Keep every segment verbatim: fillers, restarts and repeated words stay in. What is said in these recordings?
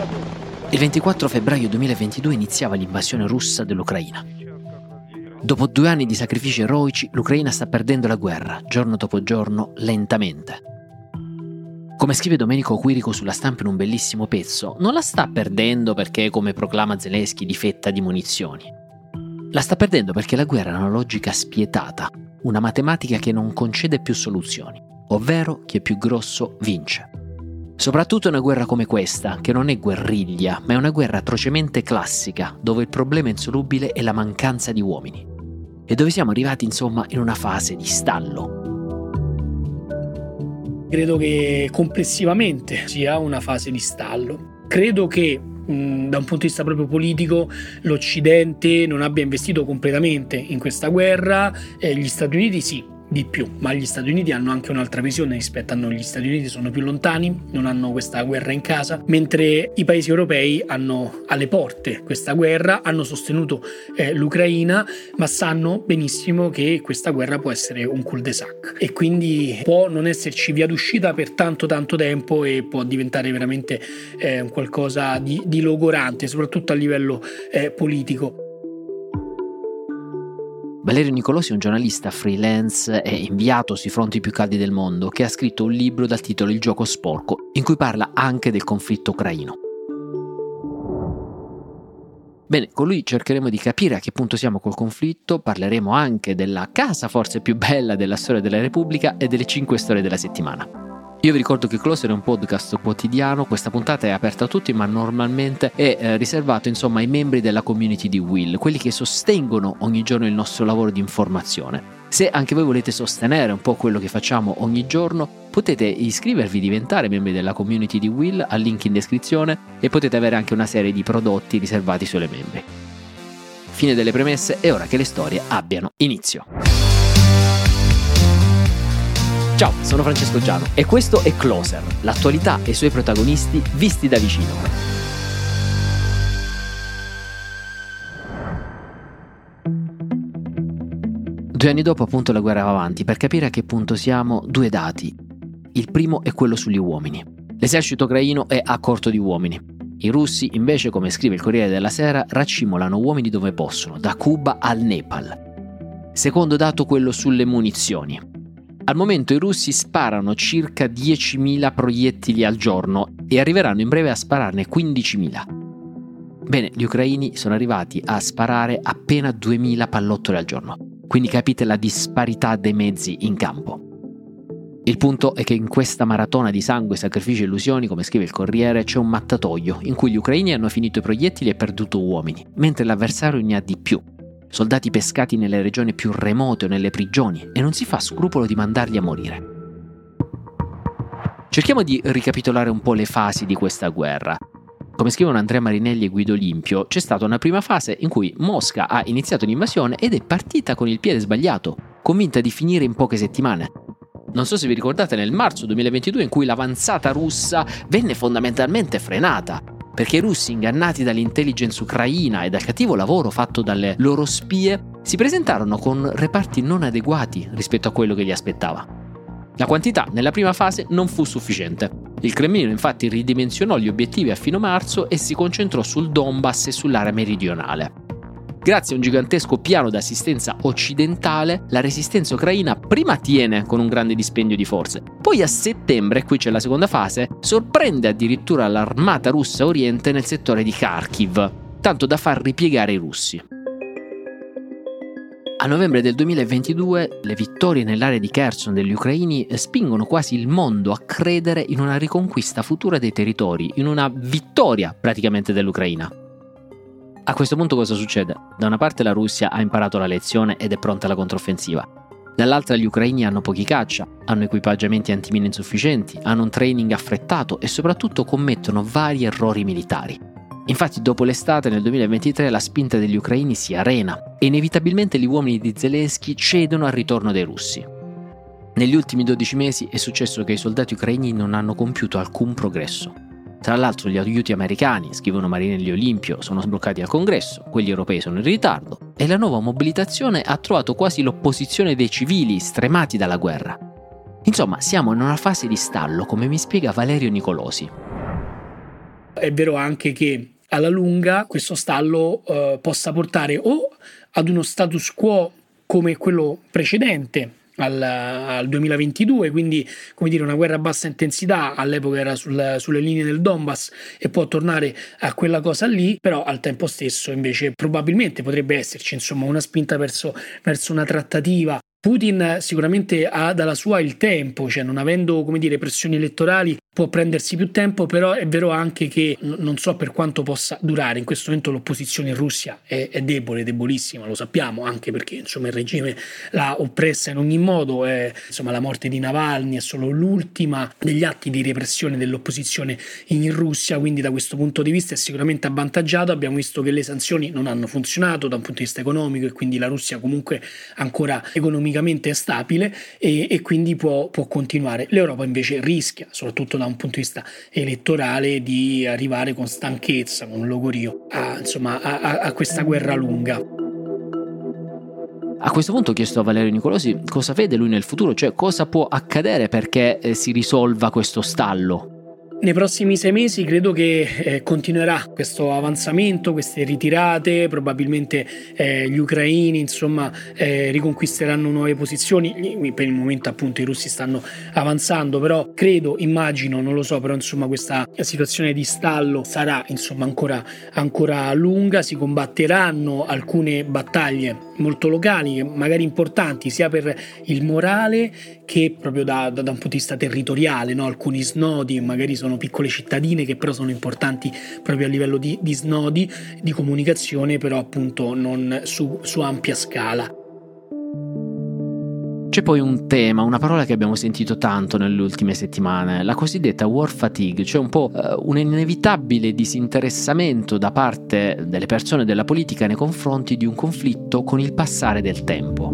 Il ventiquattro febbraio duemilaventidue iniziava l'invasione russa dell'Ucraina. Dopo due anni di sacrifici eroici, l'Ucraina sta perdendo la guerra, giorno dopo giorno, lentamente. Come scrive Domenico Quirico sulla Stampa in un bellissimo pezzo, non la sta perdendo perché, come proclama Zelensky, difetta di munizioni. La sta perdendo perché la guerra è una logica spietata, una matematica che non concede più soluzioni, ovvero chi è più grosso vince. Soprattutto una guerra come questa, che non è guerriglia, ma è una guerra atrocemente classica, dove il problema insolubile è la mancanza di uomini. E dove siamo arrivati, insomma, in una fase di stallo. Credo che complessivamente sia una fase di stallo. Credo che, mh, da un punto di vista proprio politico, l'Occidente non abbia investito completamente in questa guerra, eh, gli Stati Uniti sì, di più, ma gli Stati Uniti hanno anche un'altra visione rispetto a noi. Gli Stati Uniti sono più lontani, non hanno questa guerra in casa, mentre i paesi europei hanno alle porte questa guerra, hanno sostenuto eh, l'Ucraina, ma sanno benissimo che questa guerra può essere un cul-de-sac e quindi può non esserci via d'uscita per tanto tanto tempo e può diventare veramente eh, qualcosa di, di logorante, soprattutto a livello eh, politico. Valerio Nicolosi è un giornalista freelance e inviato sui fronti più caldi del mondo che ha scritto un libro dal titolo Il gioco sporco, in cui parla anche del conflitto ucraino. Bene, con lui cercheremo di capire a che punto siamo col conflitto, parleremo anche della casa forse più bella della storia della Repubblica e delle cinque storie della settimana. Io vi ricordo che Closer è un podcast quotidiano, questa puntata è aperta a tutti, ma normalmente è eh, riservato insomma ai membri della community di Will, quelli che sostengono ogni giorno il nostro lavoro di informazione. Se anche voi volete sostenere un po' quello che facciamo ogni giorno, potete iscrivervi, diventare membri della community di Will, al link in descrizione, e potete avere anche una serie di prodotti riservati solo ai membri. Fine delle premesse, è ora che le storie abbiano inizio. Ciao, sono Francesco Giano e questo è Closer, l'attualità e i suoi protagonisti visti da vicino. Due anni dopo appunto la guerra va avanti. Per capire a che punto siamo, due dati. Il primo è quello sugli uomini. L'esercito ucraino è a corto di uomini. I russi invece, come scrive il Corriere della Sera, raccimolano uomini dove possono, da Cuba al Nepal. Secondo dato quello sulle munizioni. Al momento i russi sparano circa diecimila proiettili al giorno e arriveranno in breve a spararne quindicimila. Bene, gli ucraini sono arrivati a sparare appena duemila pallottole al giorno, quindi capite la disparità dei mezzi in campo. Il punto è che in questa maratona di sangue, sacrifici e illusioni, come scrive il Corriere, c'è un mattatoio in cui gli ucraini hanno finito i proiettili e perduto uomini, mentre l'avversario ne ha di più. Soldati pescati nelle regioni più remote o nelle prigioni, e non si fa scrupolo di mandarli a morire. Cerchiamo di ricapitolare un po' le fasi di questa guerra. Come scrivono Andrea Marinelli e Guido Limpio, c'è stata una prima fase in cui Mosca ha iniziato l'invasione ed è partita con il piede sbagliato, convinta di finire in poche settimane. Non so se vi ricordate nel marzo duemilaventidue in cui l'avanzata russa venne fondamentalmente frenata, perché i russi, ingannati dall'intelligence ucraina e dal cattivo lavoro fatto dalle loro spie, si presentarono con reparti non adeguati rispetto a quello che li aspettava. La quantità nella prima fase non fu sufficiente. Il Cremlino infatti ridimensionò gli obiettivi a fine marzo e si concentrò sul Donbass e sull'area meridionale. Grazie a un gigantesco piano d'assistenza occidentale, la resistenza ucraina prima tiene con un grande dispendio di forze, poi a settembre, qui c'è la seconda fase, sorprende addirittura l'armata russa a oriente nel settore di Kharkiv, tanto da far ripiegare i russi. A novembre del duemilaventidue le vittorie nell'area di Kherson degli ucraini spingono quasi il mondo a credere in una riconquista futura dei territori, in una vittoria praticamente dell'Ucraina. A questo punto cosa succede? Da una parte la Russia ha imparato la lezione ed è pronta alla controffensiva. Dall'altra gli ucraini hanno pochi caccia, hanno equipaggiamenti antimine insufficienti, hanno un training affrettato e soprattutto commettono vari errori militari. Infatti dopo l'estate nel duemilaventitré la spinta degli ucraini si arena e inevitabilmente gli uomini di Zelensky cedono al ritorno dei russi. Negli ultimi dodici mesi è successo che i soldati ucraini non hanno compiuto alcun progresso. Tra l'altro gli aiuti americani, scrivono Marinelli e Olimpio, sono sbloccati al Congresso, quelli europei sono in ritardo e la nuova mobilitazione ha trovato quasi l'opposizione dei civili stremati dalla guerra. Insomma, siamo in una fase di stallo, come mi spiega Valerio Nicolosi. è vero anche che alla lunga questo stallo eh, possa portare o ad uno status quo come quello precedente al, al duemilaventidue, quindi come dire una guerra a bassa intensità, all'epoca era sul, sulle linee del Donbass, e può tornare a quella cosa lì, però al tempo stesso invece probabilmente potrebbe esserci insomma una spinta verso, verso una trattativa. Putin sicuramente ha dalla sua il tempo, cioè non avendo, come dire, pressioni elettorali può prendersi più tempo, però è vero anche che n- non so per quanto possa durare. In questo momento l'opposizione in Russia è, è debole, debolissima, lo sappiamo, anche perché insomma il regime l'ha oppressa in ogni modo, è, insomma la morte di Navalny è solo l'ultima degli atti di repressione dell'opposizione in Russia, quindi da questo punto di vista è sicuramente avvantaggiato. Abbiamo visto che le sanzioni non hanno funzionato da un punto di vista economico e quindi la Russia comunque ancora economicamente è stabile e, e quindi può, può continuare. L'Europa invece rischia, soprattutto da un punto di vista elettorale, di arrivare con stanchezza, con logorio a, insomma, a, a questa guerra lunga. A questo punto ho chiesto a Valerio Nicolosi cosa vede lui nel futuro, cioè cosa può accadere perché eh, si risolva questo stallo. Nei prossimi sei mesi credo che eh, continuerà questo avanzamento, queste ritirate, probabilmente eh, gli ucraini insomma eh, riconquisteranno nuove posizioni. Per il momento appunto i russi stanno avanzando, però credo, immagino, non lo so, però insomma questa situazione di stallo sarà insomma ancora, ancora lunga. Si combatteranno alcune battaglie molto locali, magari importanti sia per il morale che proprio da, da, da un punto di vista territoriale, no? Alcuni snodi magari sono piccole cittadine che però sono importanti proprio a livello di, di snodi di comunicazione, però appunto non su, su ampia scala. C'è poi un tema, una parola che abbiamo sentito tanto nelle ultime settimane, la cosiddetta war fatigue, cioè un po' eh, un inevitabile disinteressamento da parte delle persone della politica nei confronti di un conflitto con il passare del tempo.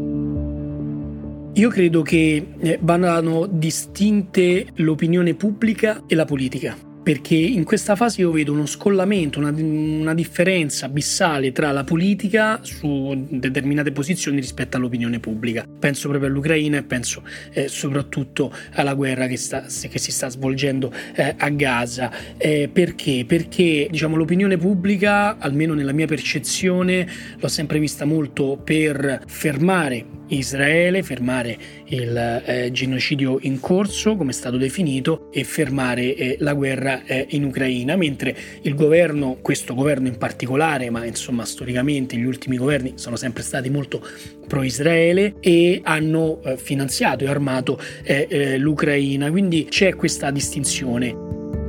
Io credo che eh, vadano distinte l'opinione pubblica e la politica, perché in questa fase io vedo uno scollamento, una, una differenza abissale tra la politica su determinate posizioni rispetto all'opinione pubblica. Penso proprio all'Ucraina e penso eh, soprattutto alla guerra che, sta, che si sta svolgendo eh, a Gaza. Eh, perché? Perché diciamo, l'opinione pubblica, almeno nella mia percezione, l'ho sempre vista molto per fermare Israele, fermare il eh, genocidio in corso, come è stato definito, e fermare eh, la guerra eh, in Ucraina, mentre il governo, questo governo in particolare, ma insomma storicamente gli ultimi governi sono sempre stati molto pro-Israele e hanno eh, finanziato e armato eh, eh, l'Ucraina, quindi c'è questa distinzione.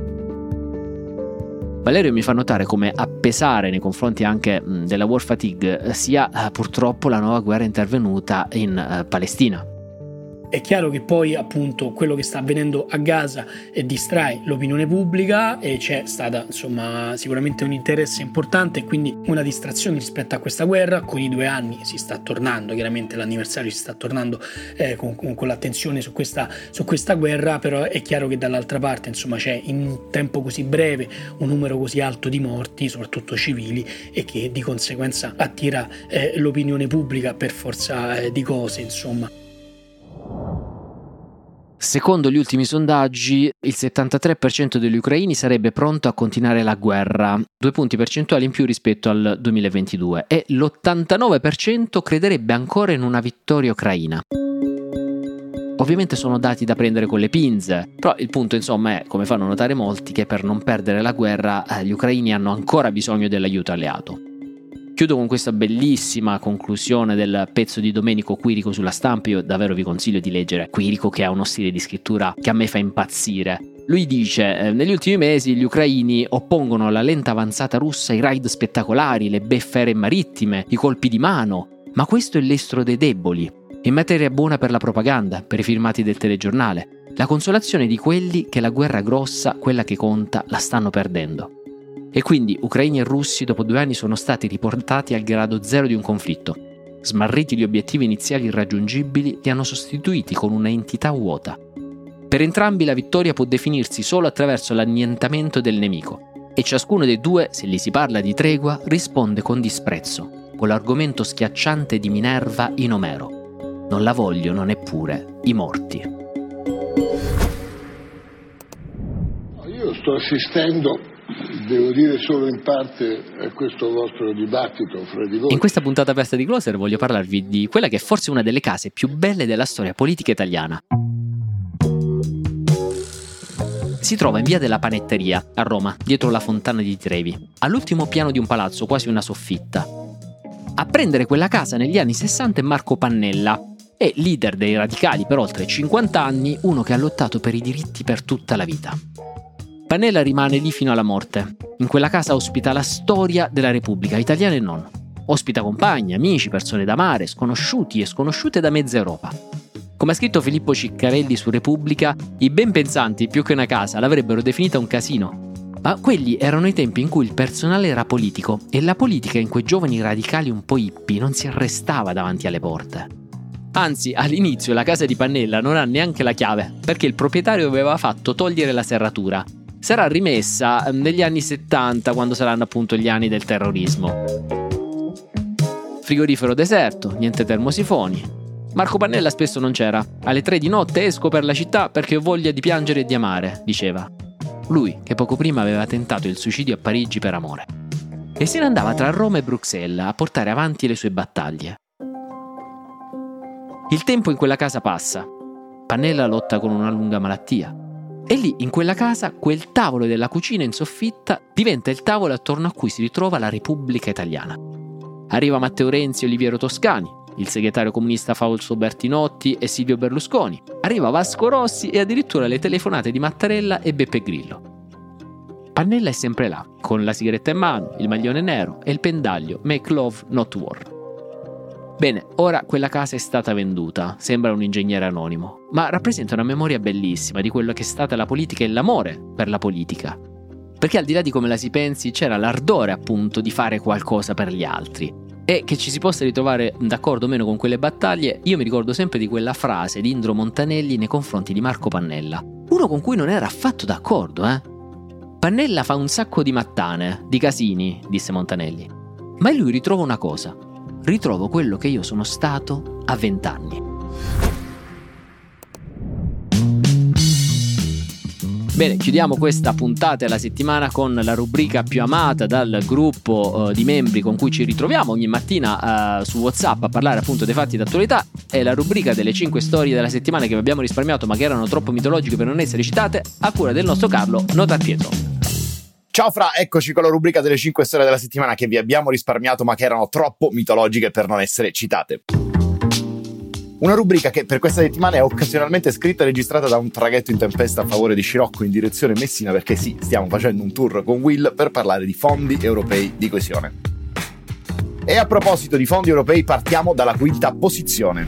Valerio mi fa notare come a pesare nei confronti anche mh, della war fatigue sia eh, purtroppo la nuova guerra intervenuta in eh, Palestina. È chiaro che poi appunto quello che sta avvenendo a Gaza eh, distrae l'opinione pubblica e c'è stata insomma sicuramente un interesse importante e quindi una distrazione rispetto a questa guerra. Con i due anni si sta tornando, chiaramente l'anniversario si sta tornando eh, con, con l'attenzione su questa, su questa guerra, però è chiaro che dall'altra parte insomma c'è in un tempo così breve un numero così alto di morti, soprattutto civili, e che di conseguenza attira eh, l'opinione pubblica per forza eh, di cose insomma. Secondo gli ultimi sondaggi, il settantatré per cento degli ucraini sarebbe pronto a continuare la guerra, due punti percentuali in più rispetto al duemilaventidue, e l'ottantanove per cento crederebbe ancora in una vittoria ucraina. Ovviamente sono dati da prendere con le pinze, però il punto insomma è, come fanno notare molti, che per non perdere la guerra eh, gli ucraini hanno ancora bisogno dell'aiuto alleato. Chiudo con questa bellissima conclusione del pezzo di Domenico Quirico sulla Stampa. Io davvero vi consiglio di leggere Quirico, che ha uno stile di scrittura che a me fa impazzire. Lui dice: eh, negli ultimi mesi gli ucraini oppongono alla lenta avanzata russa i raid spettacolari, le beffe aeree marittime, i colpi di mano, ma questo è l'estro dei deboli. In materia buona per la propaganda, per i filmati del telegiornale, la consolazione di quelli che la guerra grossa, quella che conta, la stanno perdendo. E quindi ucraini e russi dopo due anni sono stati riportati al grado zero di un conflitto. Smarriti gli obiettivi iniziali irraggiungibili, li hanno sostituiti con una entità vuota. Per entrambi la vittoria può definirsi solo attraverso l'annientamento del nemico, e ciascuno dei due, se gli si parla di tregua, risponde con disprezzo, con l'argomento schiacciante di Minerva in Omero: non la vogliono neppure i morti. Io sto assistendo, devo dire solo in parte, a questo vostro dibattito fra di voi. In questa puntata aperta di Closer voglio parlarvi di quella che è forse una delle case più belle della storia politica italiana. Si trova in via della Panetteria, a Roma, dietro la Fontana di Trevi, all'ultimo piano di un palazzo, quasi una soffitta. A prendere quella casa negli anni sessanta è Marco Pannella, è leader dei radicali per oltre cinquanta anni, uno che ha lottato per i diritti per tutta la vita. Pannella rimane lì fino alla morte. In quella casa ospita la storia della Repubblica, italiana e non. Ospita compagni, amici, persone da amare, sconosciuti e sconosciute da mezza Europa. Come ha scritto Filippo Ciccarelli su Repubblica, i ben pensanti più che una casa l'avrebbero definita un casino. Ma quelli erano i tempi in cui il personale era politico e la politica in quei giovani radicali un po' hippie non si arrestava davanti alle porte. Anzi, all'inizio la casa di Pannella non ha neanche la chiave, perché il proprietario aveva fatto togliere la serratura. Sarà rimessa negli anni settanta, quando saranno appunto gli anni del terrorismo. Frigorifero deserto, niente termosifoni. Marco Pannella spesso non c'era. Alle tre di notte esco per la città perché ho voglia di piangere e di amare, diceva. Lui, che poco prima aveva tentato il suicidio a Parigi per amore. E se ne andava tra Roma e Bruxelles a portare avanti le sue battaglie. Il tempo in quella casa passa. Pannella lotta con una lunga malattia. E lì, in quella casa, quel tavolo della cucina in soffitta diventa il tavolo attorno a cui si ritrova la Repubblica Italiana. Arriva Matteo Renzi e Oliviero Toscani, il segretario comunista Fausto Bertinotti e Silvio Berlusconi. Arriva Vasco Rossi e addirittura le telefonate di Mattarella e Beppe Grillo. Pannella è sempre là, con la sigaretta in mano, il maglione nero e il pendaglio Make Love Not War. Bene, ora quella casa è stata venduta, sembra un ingegnere anonimo, ma rappresenta una memoria bellissima di quello che è stata la politica e l'amore per la politica. Perché al di là di come la si pensi, c'era l'ardore appunto di fare qualcosa per gli altri. E che ci si possa ritrovare d'accordo o meno con quelle battaglie, io mi ricordo sempre di quella frase di Indro Montanelli nei confronti di Marco Pannella. Uno con cui non era affatto d'accordo, eh? Pannella fa un sacco di mattane, di casini, disse Montanelli. Ma lui ritrova una cosa. Ritrovo quello che io sono stato a vent'anni. Bene, chiudiamo questa puntata della settimana con la rubrica più amata dal gruppo uh, di membri con cui ci ritroviamo ogni mattina uh, su WhatsApp a parlare appunto dei fatti d'attualità. È la rubrica delle cinque storie della settimana che vi abbiamo risparmiato ma che erano troppo mitologiche per non essere citate, a cura del nostro Carlo Notarpietro. Ciao Fra, eccoci con la rubrica delle cinque storie della settimana che vi abbiamo risparmiato ma che erano troppo mitologiche per non essere citate. Una rubrica che per questa settimana è occasionalmente scritta e registrata da un traghetto in tempesta a favore di Scirocco in direzione Messina, perché sì, stiamo facendo un tour con Will per parlare di fondi europei di coesione. E a proposito di fondi europei partiamo dalla quinta posizione.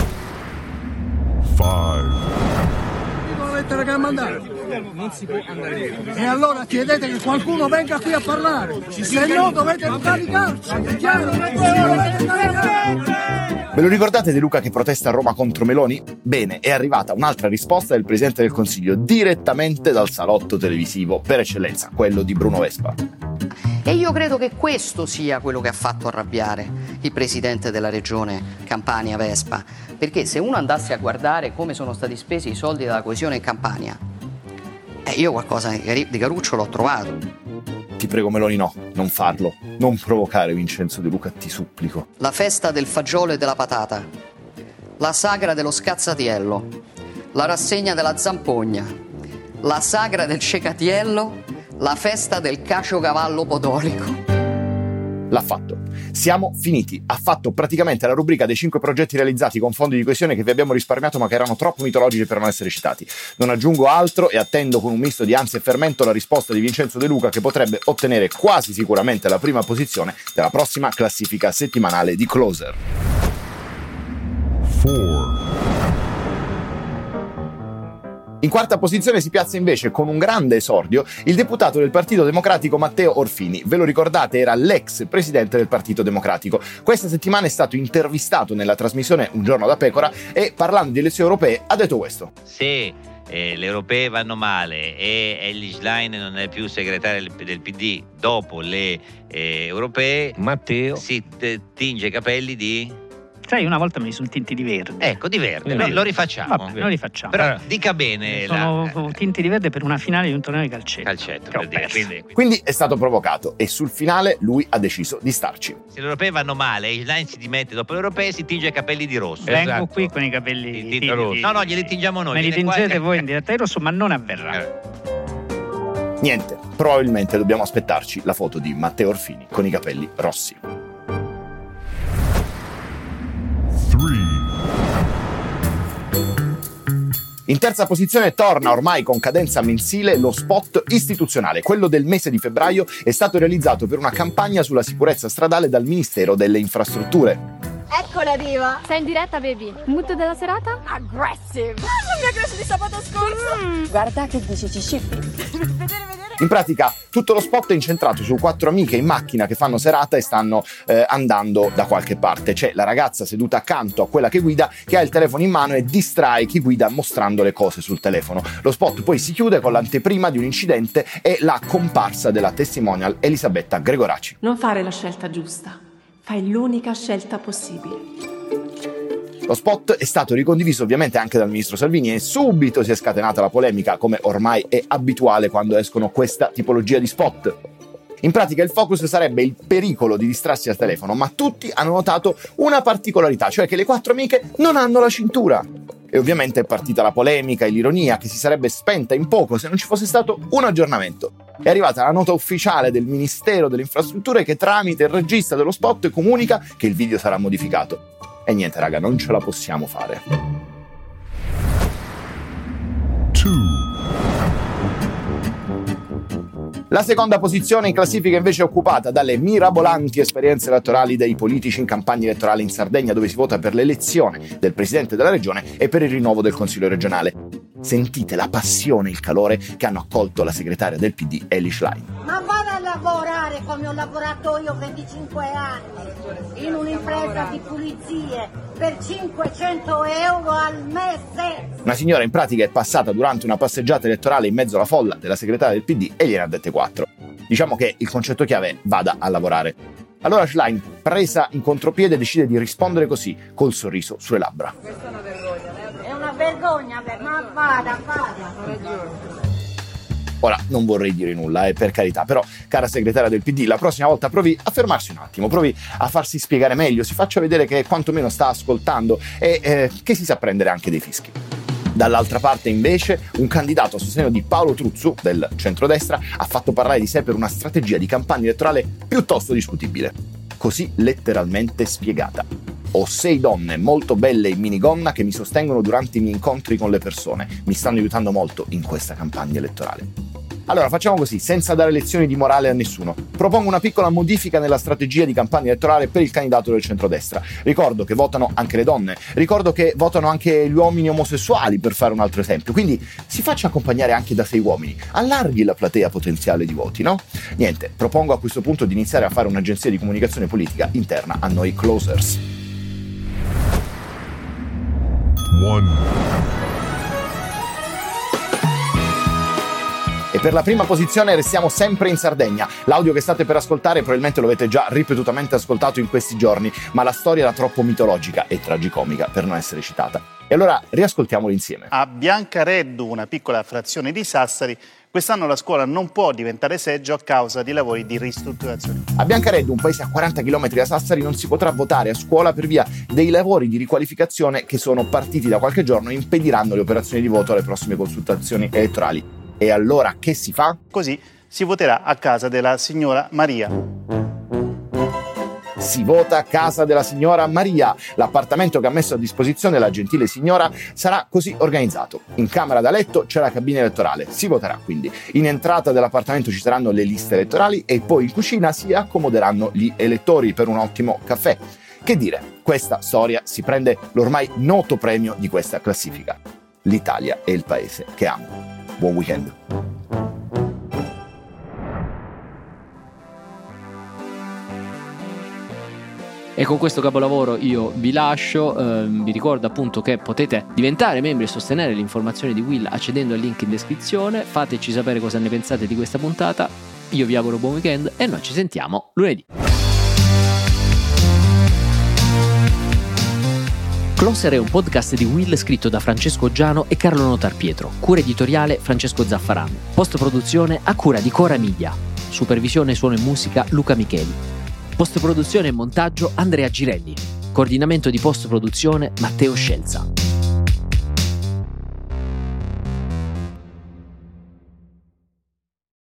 Lettera che ha mandato. Non si può andare. E allora chiedete che qualcuno venga qui a parlare, se no dovete caricarci. È chiaro? Dovete caricarci. Ve lo ricordate De Luca che protesta a Roma contro Meloni? Bene, è arrivata un'altra risposta del Presidente del Consiglio direttamente dal salotto televisivo per eccellenza, quello di Bruno Vespa. E io credo che questo sia quello che ha fatto arrabbiare il Presidente della Regione Campania Vespa, perché se uno andasse a guardare come sono stati spesi i soldi della coesione in Campania, eh, io qualcosa di caruccio l'ho trovato. Ti prego Meloni, no, non farlo. Non provocare Vincenzo De Luca, ti supplico. La festa del fagiolo e della patata, la sagra dello scazzatiello, la rassegna della zampogna, la sagra del cecatiello, la festa del caciocavallo podolico. L'ha fatto. Siamo finiti. Ha fatto praticamente la rubrica dei cinque progetti realizzati con fondi di coesione che vi abbiamo risparmiato ma che erano troppo mitologici per non essere citati. Non aggiungo altro e attendo con un misto di ansia e fermento la risposta di Vincenzo De Luca, che potrebbe ottenere quasi sicuramente la prima posizione della prossima classifica settimanale di Closer. In quarta posizione si piazza invece con un grande esordio il deputato del Partito Democratico Matteo Orfini. Ve lo ricordate? Era l'ex presidente del Partito Democratico. Questa settimana è stato intervistato nella trasmissione Un giorno da pecora e, parlando di elezioni europee, ha detto questo. Se eh, le europee vanno male e Elly Schlein non è più segretario del P D dopo le eh, europee, Matteo si t- tinge i capelli di... Sai, una volta mi sono tinti di verde. Ecco, di verde, lo, lo rifacciamo. Vabbè, lo rifacciamo. Però allora, dica bene. Sono la... tinti di verde per una finale di un torneo di calcetto. Calcetto, per dire, quindi, quindi è stato provocato e sul finale lui ha deciso di starci. Se le europee vanno male e Schlein si dimette dopo le europee, si tinge i capelli di rosso. Vengo esatto. qui con i capelli di, di, di rosso. No, no, glieli tingiamo noi. Me li tingete qualche... voi in diretta di rosso, ma non avverrà. Eh. Niente, probabilmente dobbiamo aspettarci la foto di Matteo Orfini con i capelli rossi. In terza posizione torna ormai con cadenza mensile lo spot istituzionale. Quello del mese di febbraio è stato realizzato per una campagna sulla sicurezza stradale dal Ministero delle Infrastrutture. Ecco la diva. Sei in diretta, baby. Mood della serata? Aggressive. Ah, la mia crush di sabato scorso. Mm. Guarda che dici, ci scippi. vedere, vedere. In pratica tutto lo spot è incentrato su quattro amiche in macchina che fanno serata e stanno eh, andando da qualche parte. C'è la ragazza seduta accanto a quella che guida, che ha il telefono in mano e distrae chi guida mostrando le cose sul telefono. Lo spot poi si chiude con l'anteprima di un incidente e la comparsa della testimonial Elisabetta Gregoraci. Non fare la scelta giusta, fai l'unica scelta possibile. Lo spot è stato ricondiviso ovviamente anche dal ministro Salvini e subito si è scatenata la polemica, come ormai è abituale quando escono questa tipologia di spot. In pratica il focus sarebbe il pericolo di distrarsi al telefono, ma tutti hanno notato una particolarità, cioè che le quattro amiche non hanno la cintura. E ovviamente è partita la polemica e l'ironia che si sarebbe spenta in poco se non ci fosse stato un aggiornamento. È arrivata la nota ufficiale del Ministero delle Infrastrutture che tramite il regista dello spot comunica che il video sarà modificato. E niente raga, non ce la possiamo fare. La seconda posizione in classifica invece è occupata dalle mirabolanti esperienze elettorali dei politici in campagna elettorale in Sardegna, dove si vota per l'elezione del presidente della regione e per il rinnovo del consiglio regionale. Sentite la passione e il calore che hanno accolto la segretaria del P D, Eli Schlein. Ma vado a lavorare come ho lavorato io venticinque anni, in un'impresa di pulizie, per cinquecento euro al mese. Una signora in pratica è passata durante una passeggiata elettorale in mezzo alla folla della segretaria del P D e gliene ha dette quattro. Diciamo che il concetto chiave è vada a lavorare. Allora Schlein, presa in contropiede, decide di rispondere così, col sorriso sulle labbra. Questa è una vergogna. È una vergogna, ma vada, vada. Ora, non vorrei dire nulla, eh, per carità, però, cara segretaria del P D, la prossima volta provi a fermarsi un attimo, provi a farsi spiegare meglio, si faccia vedere che quantomeno sta ascoltando e eh, che si sa prendere anche dei fischi. Dall'altra parte, invece, un candidato a sostegno di Paolo Truzzu, del centrodestra, ha fatto parlare di sé per una strategia di campagna elettorale piuttosto discutibile. Così letteralmente spiegata. Ho sei donne molto belle in minigonna che mi sostengono durante i miei incontri con le persone. Mi stanno aiutando molto in questa campagna elettorale. Allora facciamo così, senza dare lezioni di morale a nessuno. Propongo una piccola modifica nella strategia di campagna elettorale per il candidato del centrodestra. Ricordo che votano anche le donne, ricordo che votano anche gli uomini omosessuali, per fare un altro esempio. Quindi si faccia accompagnare anche da sei uomini, allarghi la platea potenziale di voti, no? Niente, propongo a questo punto di iniziare a fare un'agenzia di comunicazione politica interna a noi closers. One. E per la prima posizione restiamo sempre in Sardegna. L'audio che state per ascoltare probabilmente lo avete già ripetutamente ascoltato in questi giorni, ma la storia era troppo mitologica e tragicomica per non essere citata. E allora riascoltiamolo insieme. A Biancareddu, una piccola frazione di Sassari, quest'anno la scuola non può diventare seggio a causa di lavori di ristrutturazione. A Biancareddu, un paese a quaranta chilometri da Sassari, non si potrà votare a scuola per via dei lavori di riqualificazione che sono partiti da qualche giorno e impediranno le operazioni di voto alle prossime consultazioni elettorali. E allora che si fa? Così si voterà a casa della signora Maria. Si vota a casa della signora Maria. L'appartamento che ha messo a disposizione la gentile signora sarà così organizzato. In camera da letto c'è la cabina elettorale. Si voterà quindi. In entrata dell'appartamento ci saranno le liste elettorali e poi in cucina si accomoderanno gli elettori per un ottimo caffè. Che dire, questa storia si prende l'ormai noto premio di questa classifica. L'Italia è il paese che amo. Buon weekend. E con questo capolavoro io vi lascio, eh, vi ricordo appunto che potete diventare membri e sostenere l'informazione di Will accedendo al link in descrizione. Fateci sapere cosa ne pensate di questa puntata. Io vi auguro buon weekend e noi ci sentiamo lunedì. Closer è un podcast di Will scritto da Francesco Giano e Carlo Notarpietro, cura editoriale Francesco Zaffarano, post-produzione a cura di Cora Media, supervisione suono e musica Luca Micheli, post-produzione e montaggio Andrea Girelli, coordinamento di post-produzione Matteo Scelza.